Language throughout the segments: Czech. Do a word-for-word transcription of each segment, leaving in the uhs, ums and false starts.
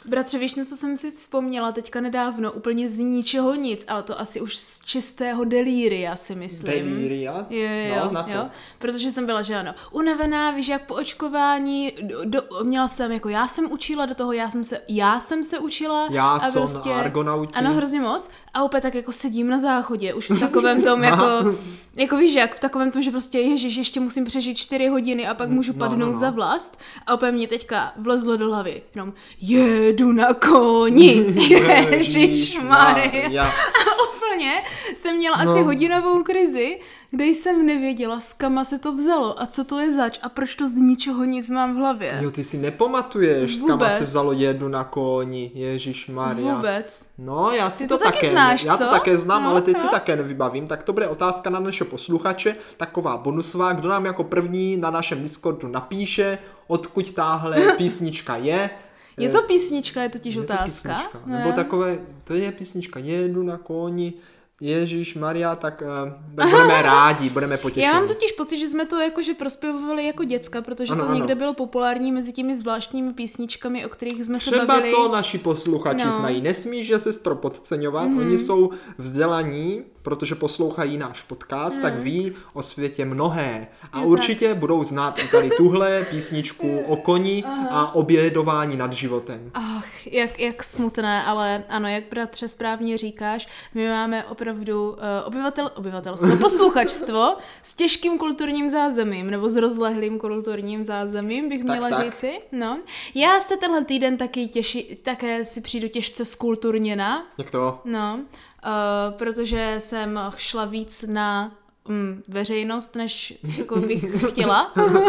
Bratře, víš, na co jsem si vzpomněla teďka nedávno, úplně z ničeho nic, ale to asi už z čistého delíria, si myslím. Delíria? Jo, jo, no, na co? Jo, protože jsem byla, že ano, unavená, víš, jak po očkování, do, do, měla jsem, jako já jsem učila do toho, já jsem se, já jsem se učila. Já a jsem prostě, argonauti. Ano, hrozně moc. A opět tak jako sedím na záchodě, už v takovém tom, jako, jako víš, jak v takovém tom, že prostě, ježiš, ještě musím přežít čtyři hodiny a pak můžu no, padnout no, no. za vlast. A opět mě teďka vlezlo do hlavy, jenom jedu na koni, ježišmarja. A úplně jsem měla no. asi hodinovou krizi, kde jsem nevěděla, z kama se to vzalo a co to je zač a proč to z ničeho nic mám v hlavě. Jo, ty si nepamatuješ, z kama se vzalo jedu na koni, ježišmarja. Vůbec. No, já si ty to, to taky také, znáš, já co? to také znám, no, ale teď no. si také nevybavím. Tak to bude otázka na naše posluchače, taková bonusová, kdo nám jako první na našem Discordu napíše, odkud táhle písnička je. Je to písnička, je totiž je otázka. To no, nebo takové, to je písnička, jedu na koni, Ježíš Maria, tak, tak budeme rádi, budeme potěšení. Já mám totiž pocit, že jsme to jakože prospěvovali jako děcka, protože ano, to ano. někde bylo populární mezi těmi zvláštními písničkami, o kterých jsme Třeba se bavili. Třeba to naši posluchači no. znají. Nesmíš, že sestro, podceňovat. Mm-hmm. Oni jsou vzdělaní, protože poslouchají náš podcast, mm. tak ví o světě mnohé. A je určitě tak. budou znát i tady tuhle písničku o koni Aha. a obědování nad životem. Ach, jak, jak smutné, ale ano, jak bratře správně říkáš, my máme opravdu uh, obyvatel, obyvatelstvo, posluchačstvo s těžkým kulturním zázemím, nebo s rozlehlým kulturním zázemím, bych měla tak, tak. říci. No. Já se tenhle týden taky těši, také si přijdu těžce skulturněna. Jak to? No, uh, protože jsem šla víc na mm, veřejnost, než jako bych chtěla.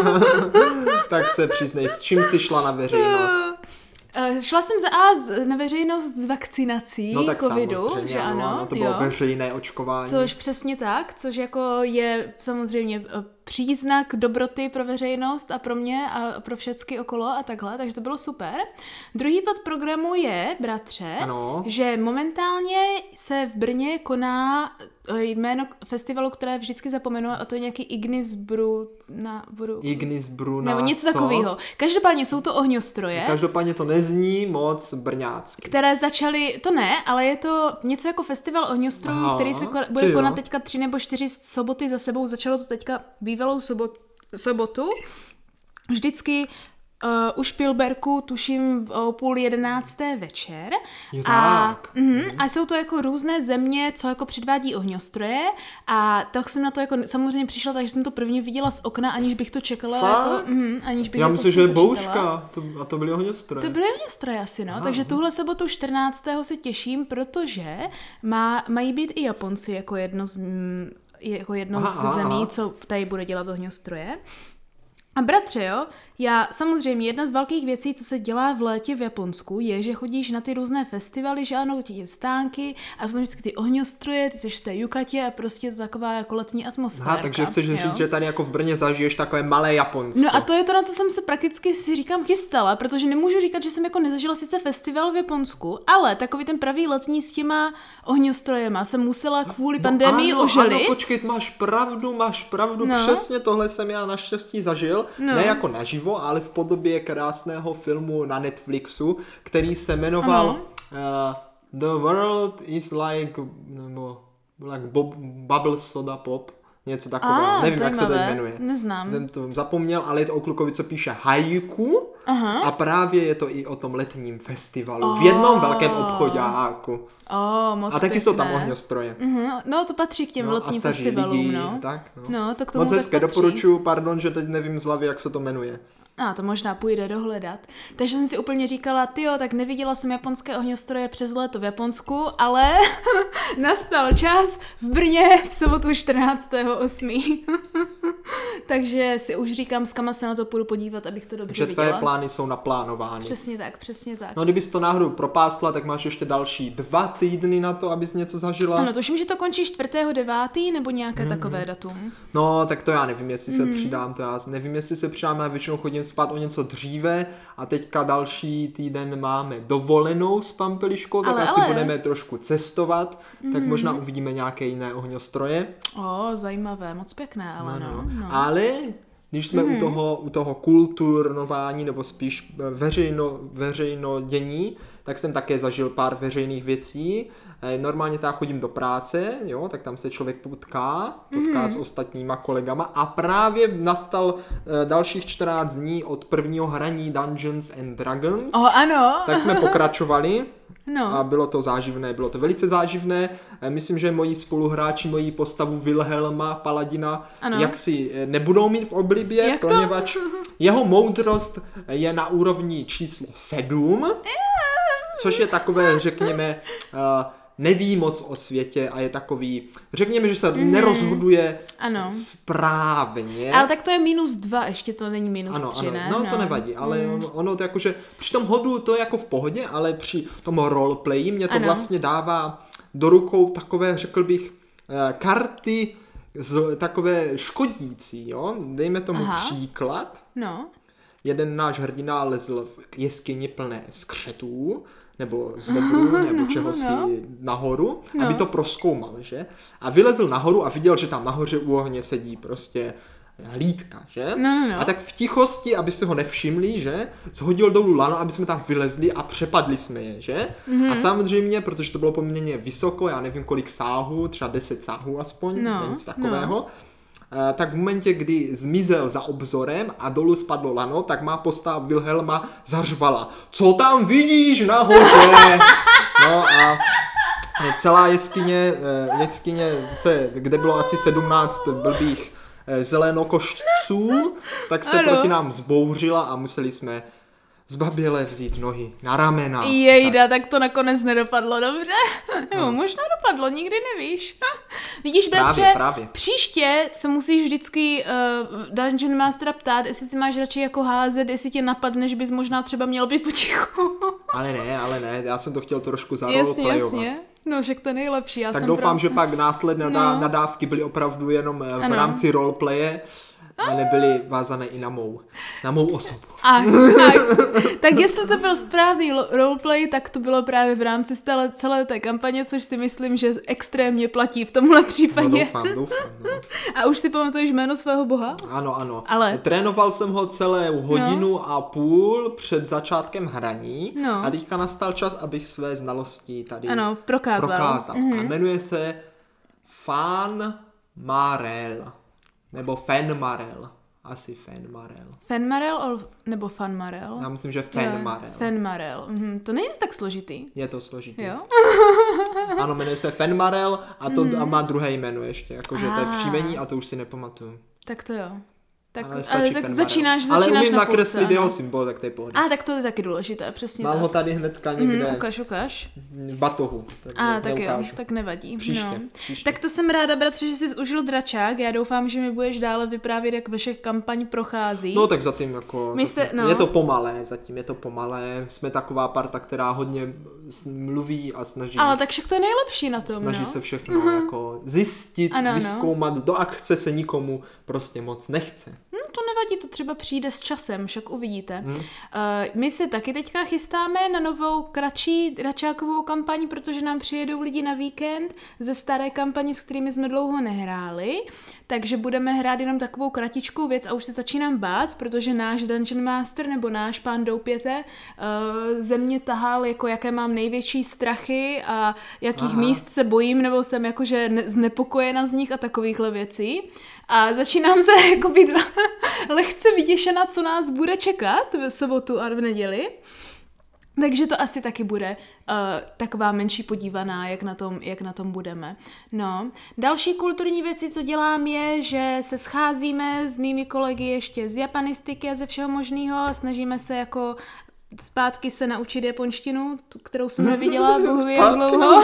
Tak se přiznej, s čím jsi šla na veřejnost? Uh, šla jsem za A na veřejnost s vakcinací no, tak covidu, že ano. No, ano, to bylo jo. veřejné očkování. Což přesně tak, což jako je samozřejmě příznak dobroty pro veřejnost a pro mě a pro všechny okolo a takhle, takže to bylo super. Druhý bod programu je, bratře, ano. že momentálně se v Brně koná jméno festivalu, které vždycky zapomenu, a to je nějaký Ignis Bruna. Bru, Ignis Bruna, nebo něco takového. Každopádně jsou to ohňostroje. Každopádně to nezní moc brňácky. Které začaly, to ne, ale je to něco jako festival ohňostrojů, Aha, který se ko- bude konat teďka tři nebo čtyři soboty za sebou. Začalo to teďka bývalou sobot, sobotu. Vždycky Uh, u Špilberku, tuším o půl jedenácté večer. Je a, tak. Mm, a jsou to jako různé země, co jako předvádí ohňostroje a tak jsem na to jako samozřejmě přišla, takže jsem to první viděla z okna, aniž bych to čekala. Jako, mm, aniž bych Já jako myslím, že je bouřka to, a to byly ohňostroje. To byly ohňostroje asi, no. Aha. Takže tuhle sobotu čtrnáctého se těším, protože má, mají být i Japonci jako jedno z, jako jedno aha, z zemí, aha. co tady bude dělat ohňostroje. A bratře, jo, já samozřejmě jedna z velkých věcí, co se dělá v létě v Japonsku, je, že chodíš na ty různé festivaly, že ano, ti stánky a jsou tam vždycky ty ohňostroje, ty jsi v té Jukatě a prostě to taková jako letní atmosféra. Aha, takže chceš jo? říct, že tady jako v Brně zažiješ takové malé Japonsko. No a to je to, na co jsem se prakticky si říkám chystala, protože nemůžu říkat, že jsem jako nezažila sice festival v Japonsku, ale takový ten pravý letní s těma ohňostrojema jsem musela kvůli no, pandemii ano, oželit. Ano, počkej, máš pravdu, máš pravdu, no. Přesně tohle jsem já naštěstí zažil, no. ne jako naživo, ale v podobě krásného filmu na Netflixu, který se jmenoval uh, The World is like, nebo, like Bob, Bubble Soda Pop, něco takového, ah, nevím, zajímavé. jak se to jmenuje. Neznám. Jsem to zapomněl, ale je to o klukovi, co píše haiku. Aha. A právě je to i o tom letním festivalu, oh. v jednom velkém obchodáku. Oh, moc a taky pěkné. jsou tam ohňostroje. Uh-huh. No, to patří k těm no, letním festivalům, lidi, no. Tak, no. no. to k tomu moc hezké, doporučuji, pardon, že teď nevím z hlavy, jak se to jmenuje. A to možná půjde dohledat. Takže jsem si úplně říkala, tyjo, tak neviděla jsem japonské ohňostroje přes léto v Japonsku, ale nastal čas v Brně v sobotu čtrnáctého osmého Takže si už říkám, s kama se na to půjdu podívat, abych to dobře že viděla. Že tvé plány jsou naplánovány. Přesně tak, přesně tak. No kdybys to náhodou propásla, tak máš ještě další dva týdny na to, abys něco zažila. Ano, tuším, že to končí čtvrtého devátého nebo nějaké mm-hmm. takové datum. No, tak to já nevím, jestli se mm-hmm. přidám, to já nevím, jestli se přidám, já většinou chodím spát o něco dříve a teďka další týden máme dovolenou s Pampeliškou, tak ale, asi ale. budeme trošku cestovat, mm-hmm. tak možná uvidíme nějaké jiné ohňostroje. O, zajímavé, moc pěkné, ale no. no, no. Ale Když jsme mm. u toho, u toho kulturnování, nebo spíš veřejno, veřejnodění, tak jsem také zažil pár veřejných věcí. Normálně tam chodím do práce, jo, tak tam se člověk potká, potká mm. s ostatníma kolegama a právě nastal dalších čtrnáct dní od prvního hraní Dungeons and Dragons. Oh, ano. Tak jsme pokračovali. No. A bylo to záživné, bylo to velice záživné. Myslím, že moji spoluhráči, moji postavu Wilhelma Paladina, ano. jaksi nebudou mít v oblibě, Jak poněvadž to? jeho moudrost je na úrovni číslo sedm, což je takové, řekněme, neví moc o světě a je takový, řekněme, že se mm. nerozhoduje ano. správně. Ale tak to je minus dva, ještě to není minus ano, tři, ano. ne? No, no to nevadí, ale mm. ono to jakože, při tom hodu to je jako v pohodě, ale při tom roleplayi mě to ano. vlastně dává do rukou takové, řekl bych, karty z, takové škodící, jo? Dejme tomu Aha. příklad. No. Jeden náš hrdina lezl k jeskyni plné skřetů, nebo z bobru, nebo čeho si no. nahoru, no. aby to prozkoumal, že? A vylezl nahoru a viděl, že tam nahoře u ohně sedí prostě hlídka, že? No, no, no. A tak v tichosti, aby si ho nevšimli, že? Shodil dolů lano, aby jsme tam vylezli a přepadli jsme je, že? Mm-hmm. A samozřejmě, protože to bylo poměrně vysoko, já nevím kolik sáhů, třeba deset sáhů aspoň, no, nic takového, no. tak v momentě, kdy zmizel za obzorem a dolů spadlo lano, tak má postava Wilhelma zařvala. Co tam vidíš nahoře? No a celá jeskyně, jeskyně se, kde bylo asi sedmnáct blbých zelenokošců, tak se ano. proti nám zbouřila a museli jsme zbaběle vzít nohy na ramena. Jejda, tak. tak to nakonec nedopadlo dobře. Nebo no. možná dopadlo, nikdy nevíš. Vidíš, bratře, právě, právě. příště se musíš vždycky uh, Dungeon Mastera ptát, jestli si máš radši jako házet, jestli tě napadne, že bys možná třeba měl být potichu. Ale ne, ale ne, já jsem to chtěl trošku zarolplayovat. Jasně, jasně. No, však to nejlepší. Já tak jsem doufám, pro... že pak následné no. nadávky byly opravdu jenom v ano. rámci roleplaye a nebyly vázané i na mou, na mou osobu. A, tak, tak jestli to byl správný roleplay, tak to bylo právě v rámci celé, celé té kampaně, což si myslím, že extrémně platí v tomhle případě. No, doufám, doufám. No. A už si pamatuješ jméno svého boha? Ano, ano. Ale... Trénoval jsem ho celou hodinu no. a půl před začátkem hraní no. a teďka nastal čas, abych své znalosti tady ano, prokázal. prokázal. Mm-hmm. A jmenuje se Fan Marel. Nebo Fenmarel. Asi Fenmarel. Fenmarel nebo Fanmarel? Já myslím, že Fenmarel. Fenmarel. Mhm. To není tak složitý. Je to složitý. Jo? Ano, jmenuje se Fenmarel a to mm. a má druhé jméno ještě. Jakože to je příjmení a to už si nepamatuju. Tak to jo. Tak, ale, ale tak začínáš, začínáš ale umím na nakreslit půlce, jeho no. symbol, tak to je pohodě. A tak to je taky důležité, přesně Mám tak. ho tady hnedka někde. Mm, ukaž, ukaž. V batohu. Tak A tak jo, tak nevadí. Příště, no. příště. Tak to jsem ráda, bratře, že jsi užil dračák. Já doufám, že mi budeš dále vyprávět, jak vaše kampaň prochází. No tak zatím jako, jste, zatím, no. je to pomalé, zatím je to pomalé. Jsme taková parta, která hodně mluví a snaží. Ale tak však to je nejlepší na tom, Snaží no. se všechno jako zjistit, ano, vyzkoumat, no. Do akce se nikomu prostě moc nechce. No to nevadí, to třeba přijde s časem, však uvidíte. Hmm. Uh, my se taky teďka chystáme na novou kratší dračákovou kampaň, protože nám přijedou lidi na víkend ze staré kampaně, s kterými jsme dlouho nehráli, takže budeme hrát jenom takovou kratičkou věc a už se začínám bát, protože náš Dungeon Master nebo náš pán Doupěte uh, ze mě tahal, jako jaké mám největší strachy a jakých Aha. míst se bojím, nebo jsem jakože ne- znepokojena z nich a takovýchhle věcí. A začínám se jako být lehce vyděšena, co nás bude čekat v sobotu a v neděli. Takže to asi taky bude uh, taková menší podívaná, jak na tom, jak na tom budeme. No. Další kulturní věci, co dělám, je, že se scházíme s mými kolegy ještě z japanistiky a ze všeho možného. Snažíme se jako zpátky se naučit japonštinu, kterou jsem neviděla bohu jak dlouho.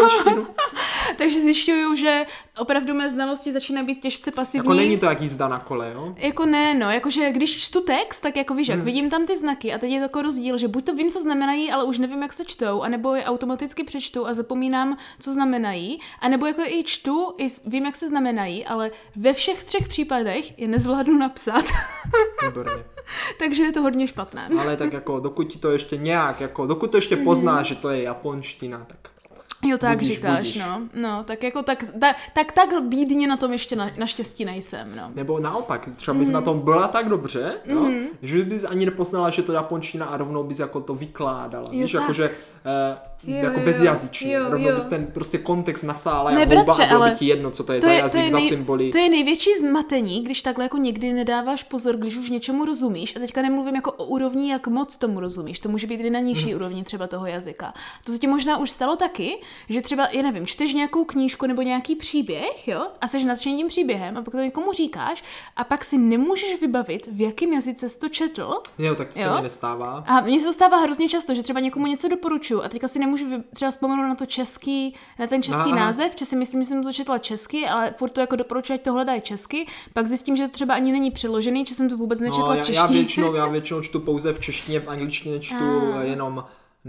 Takže zjišťuju, že opravdu mé znalosti začíná být těžce pasivní. Jako není to jak jízda na kole, jo? Jako ne, no, jakože když čtu text, tak jako víš, jak hmm. vidím tam ty znaky a teď je takový rozdíl, že buď to vím, co znamenají, ale už nevím, jak se čtou, anebo je automaticky přečtu a zapomínám, co znamenají, anebo jako i čtu, i vím, jak se znamenají, ale ve všech třech případech je nezvládnu napsat. Výborně. Takže je to hodně špatné. Ale tak jako dokud ti to ještě nějak, jako dokud to ještě poznáš, mm. že to je japonština, tak Jo, tak budíš, říkáš, budíš. no. No, tak jako tak, tak, tak, tak bídně na tom ještě na, naštěstí nejsem, no. Nebo naopak, třeba bys mm. na tom byla tak dobře, jo, mm. že bys ani nepoznala, že to japonština a rovnou bys jako to vykládala. Jo, víš, tak. jakože uh, Jo, jako jo, bezjazyčný. jo, Rovnou jo. bys ten prostě kontext nasála Ne, jak houba bratře, a bylo ale by ti jedno, co to je to za je, jazyk, to je za nej, symboly. To je největší zmatení, když takhle jako někdy nedáváš pozor, když už něčemu rozumíš. A teďka nemluvím jako o úrovni, jak moc tomu rozumíš. To může být i na nižší mm. úrovni třeba toho jazyka. To se ti možná už stalo taky, že třeba, já nevím, čteš nějakou knížku nebo nějaký příběh, jo, a seš nadšený tím příběhem a pak to někomu říkáš a pak si nemůžeš vybavit, v jakém jazyce jsi to četl. Jo, tak to jo? se mi nestává. A mně se to stává hrozně často, že třeba někomu něco doporučuju a teďka si nemůžu vy- třeba vzpomenout na to český, na ten český Aha. název, že si myslím, že jsem to četla česky, ale furt to jako doporučuji, ať to hledají česky, pak zjistím, že to třeba ani není přeložený, že jsem to vůbec nečetla No, v já, češtině. já, většinou, já většinou čtu pouze v češtině, v angličtině čtu Ah. jenom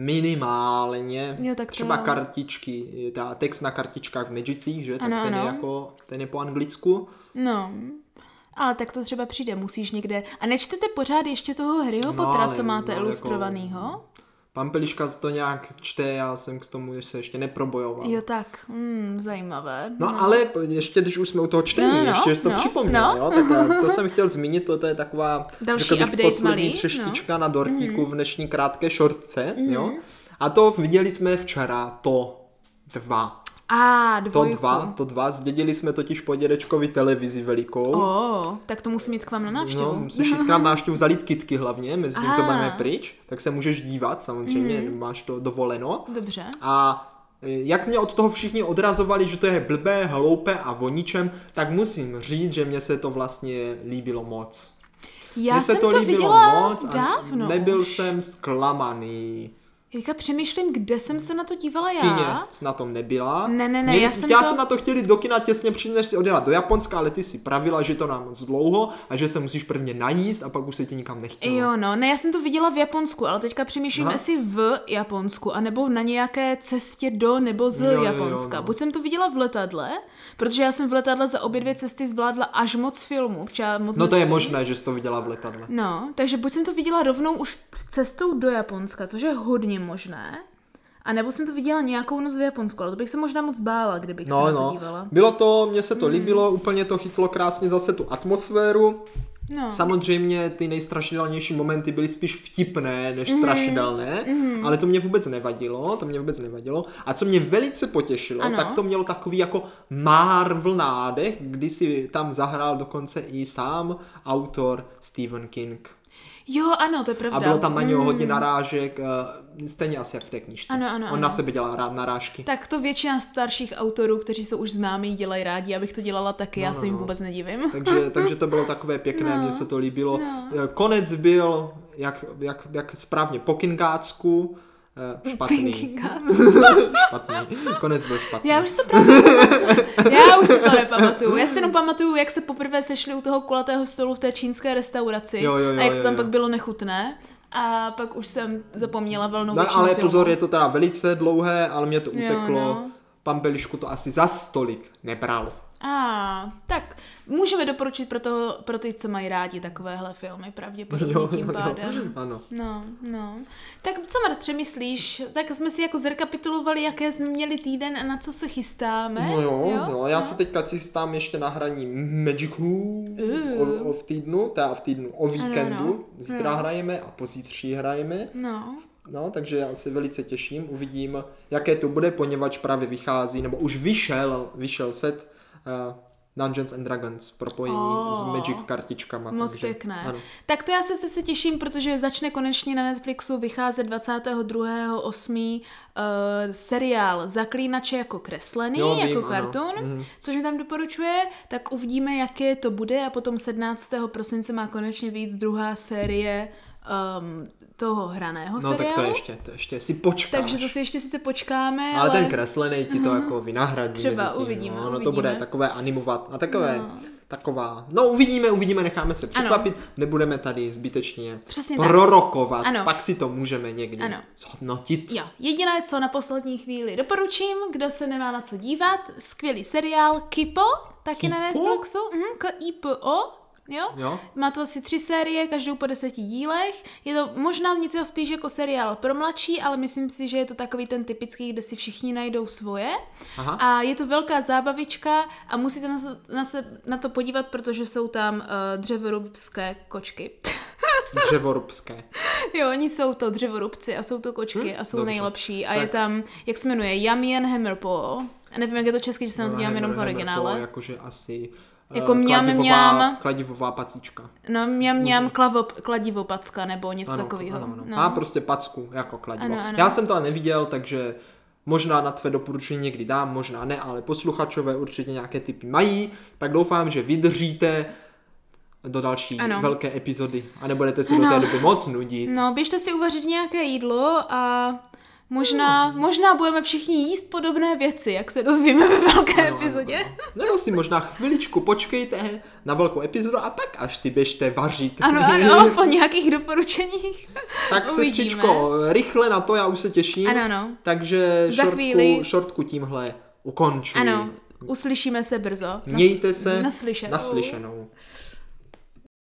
minimálně. Jo, tak to třeba jo. kartičky, ta text na kartičkách v Magicích, že? Tak Ano, ten je ano. jako, ten je po anglicku. No, ale tak to třeba přijde, musíš někde. A nečtete pořád ještě toho Harryho No, Pottera, ale- co máte no, ilustrovanýho? Jako, Pampeliška to nějak čte, já jsem k tomu se ještě neprobojoval. Jo, tak, hmm, zajímavé. No, no ale ještě, když už jsme u toho čtení, No, no, ještě jsi to no, připomněl, no. jo, tak eh, to jsem chtěl zmínit, to, to je taková, Další řekl bych, update poslední malý, třeštička no. na dortíku Mhm. v dnešní krátké šortce, jo. A to viděli jsme včera, to dva. A, To dvojku. dva, to dva, zdědili jsme totiž po dědečkovi televizi velikou. O, tak to musím jít k vám na návštěvu. No, musíš jít k nám návštěvu zalít kytky hlavně, mezi tím, co Aha. budeme pryč, tak se můžeš dívat, samozřejmě, mm. máš to dovoleno. Dobře. A e, jak mě od toho všichni odrazovali, že to je blbé, hloupé a o ničem, tak musím říct, že mně se to vlastně líbilo moc. Já Mně se jsem to, to líbilo viděla moc a dávno nebyl už. jsem zklamaný. Teďka přemýšlím, kde jsem se na to dívala já. Kyně jsi na tom nebyla. Ne, ne, ne, Měli, já jsme- jsem já to- jsem na to chtěl jít do kina těsně předtím, než si odjela do Japonska, ale ty si pravila, že to nám moc dlouho a že se musíš prvně najíst a pak už se ti nikam nechtělo. Jo, no, ne, já jsem to viděla v Japonsku, ale teďka přemýšlím, Aha. jestli v Japonsku, anebo na nějaké cestě do nebo z Jo, jo, jo, Japonska. no. Buď jsem to viděla v letadle, protože já jsem v letadle za obě dvě cesty zvládla až moc filmů, protože já moc No to je nespím. možné, že jsi to viděla v letadle. No, takže buď jsem to viděla rovnou už cestou do Japonska, což je hodně možné, a nebo jsem to viděla nějakou noc v Japonsku, ale to bych se možná moc bála, kdybych No, se na to no. dívala. Bylo to, mně se to líbilo, úplně to chytlo krásně zase tu atmosféru. No. Samozřejmě ty nejstrašidelnější momenty byly spíš vtipné než strašidelné, Mhm. ale to mě vůbec nevadilo, to mě vůbec nevadilo. A co mě velice potěšilo, Ano. tak to mělo takový jako Marvel nádech, kdy si tam zahrál dokonce i sám autor Stephen King. Jo, ano, to je pravda. A bylo tam na něho hodně narážek, eh, stejně asi jak v té knížce. Ano, ano, On ano. na sebe dělá rád narážky. Tak to většina starších autorů, kteří jsou už známí, dělají rádi, abych to dělala taky, No, já no, se jim no. vůbec nedivím. Takže, takže to bylo takové pěkné, No, mně se to líbilo. no. Konec byl, jak, jak, jak správně po Kingácku, eh, špatný. Kingácku. špatný. Konec byl špatný. Já už to právě nepamatuju. Já už si to nepamatuju. Já si jenom pamatuju, jak se poprvé sešli u toho kulatého stolu v té čínské restauraci Jo, jo, jo, a jak to jo, tam jo. pak bylo nechutné. A pak už jsem zapomněla valnou No, většinu ale filmu. pozor, je to teda velice dlouhé, ale mě to Jo, uteklo. no. Pampelišku to asi za stolik nebralo. A, tak můžeme doporučit pro, toho, pro ty, co mají rádi takovéhle filmy, pravděpodobně Jo, tím jo, pádem. jo, ano. No, no. Tak co, Martře, myslíš? Tak jsme si jako zrekapitulovali, jaké jsme měli týden a na co se chystáme. No jo, jo no, já no. se teďka chystám ještě na hraní Magicu Uh. o, o v týdnu, teda v týdnu, o víkendu. Ano, no. Zítra No. hrajeme a pozítří hrajeme. No. No, takže já se velice těším, uvidím, jaké to bude, poněvadž právě vychází, nebo už vyšel, vyšel set uh, Dungeons and Dragons, propojení Oh. s Magic kartičkama. Moc takže, pěkné. Ano. Tak to já se se těším, protože začne konečně na Netflixu vycházet dvacátého druhého osmého Uh, seriál Zaklínače jako kreslený, Jo, vím, jako ano. kartun, Mhm. což mi tam doporučuje, tak uvidíme, jaké to bude a potom sedmnáctého prosince má konečně vyjít druhá série um, toho hraného No seriálu. tak to ještě, to ještě si počkáš. Takže to si ještě sice počkáme, ale, ale... ten kreslený ti to jako vynahradí. Třeba mezi tím, uvidíme, no. No to uvidíme. bude takové animovat a takové, No. taková, no uvidíme, uvidíme, necháme se překvapit, nebudeme tady zbytečně Přesně tak. prorokovat, Ano. pak si to můžeme někdy Ano. zhodnotit. Jo, jediné, co na poslední chvíli doporučím, kdo se nemá na co dívat, skvělý seriál Kipo, taky Kipo? na Netflixu, mhm, K I P O, Jo? Jo? Má to asi tři série, každou po deseti dílech. Je to možná něco spíš jako seriál pro mladší, ale myslím si, že je to takový ten typický, kde si všichni najdou svoje. Aha. A je to velká zábavička a musíte na, na, se, na to podívat, protože jsou tam uh, dřevorubské kočky. Dřevorubské. Jo, oni jsou to dřevorubci a jsou to kočky hm, a jsou dobře. nejlepší. A tak. je tam, jak se jmenuje, Yummy and Hammerpaw. Nevím, jak je to česky, že se na to dívám jenom v originále. Jakože asi Jako uh, mňam, kladivová, mňam. kladivová pacička. No, mňam, mňam, klavo, kladivopacka, nebo něco Ano, takového. ano, ano. No. A prostě packu, jako kladivo. Ano, ano. Já jsem to ale neviděl, takže možná na tvé doporučení někdy dám, možná ne, ale posluchačové určitě nějaké tipy mají, tak doufám, že vydržíte do další Ano. velké epizody a nebudete si Ano. do té doby moc nudit. No, běžte si uvařit nějaké jídlo a možná, možná budeme všichni jíst podobné věci, jak se dozvíme ve velké Ano, epizodě. ano, ano. Nebo si možná chviličku počkejte na velkou epizodu a pak až si běžte vařit. Ano, ano, po nějakých doporučeních. Tak Uvidíme. sestřičko, rychle na to, já už se těším. Ano, ano. Takže Za šortku, chvíli. šortku tímhle ukončuji. Ano, uslyšíme se brzo. Nas- Mějte se Naslyšenou. naslyšenou.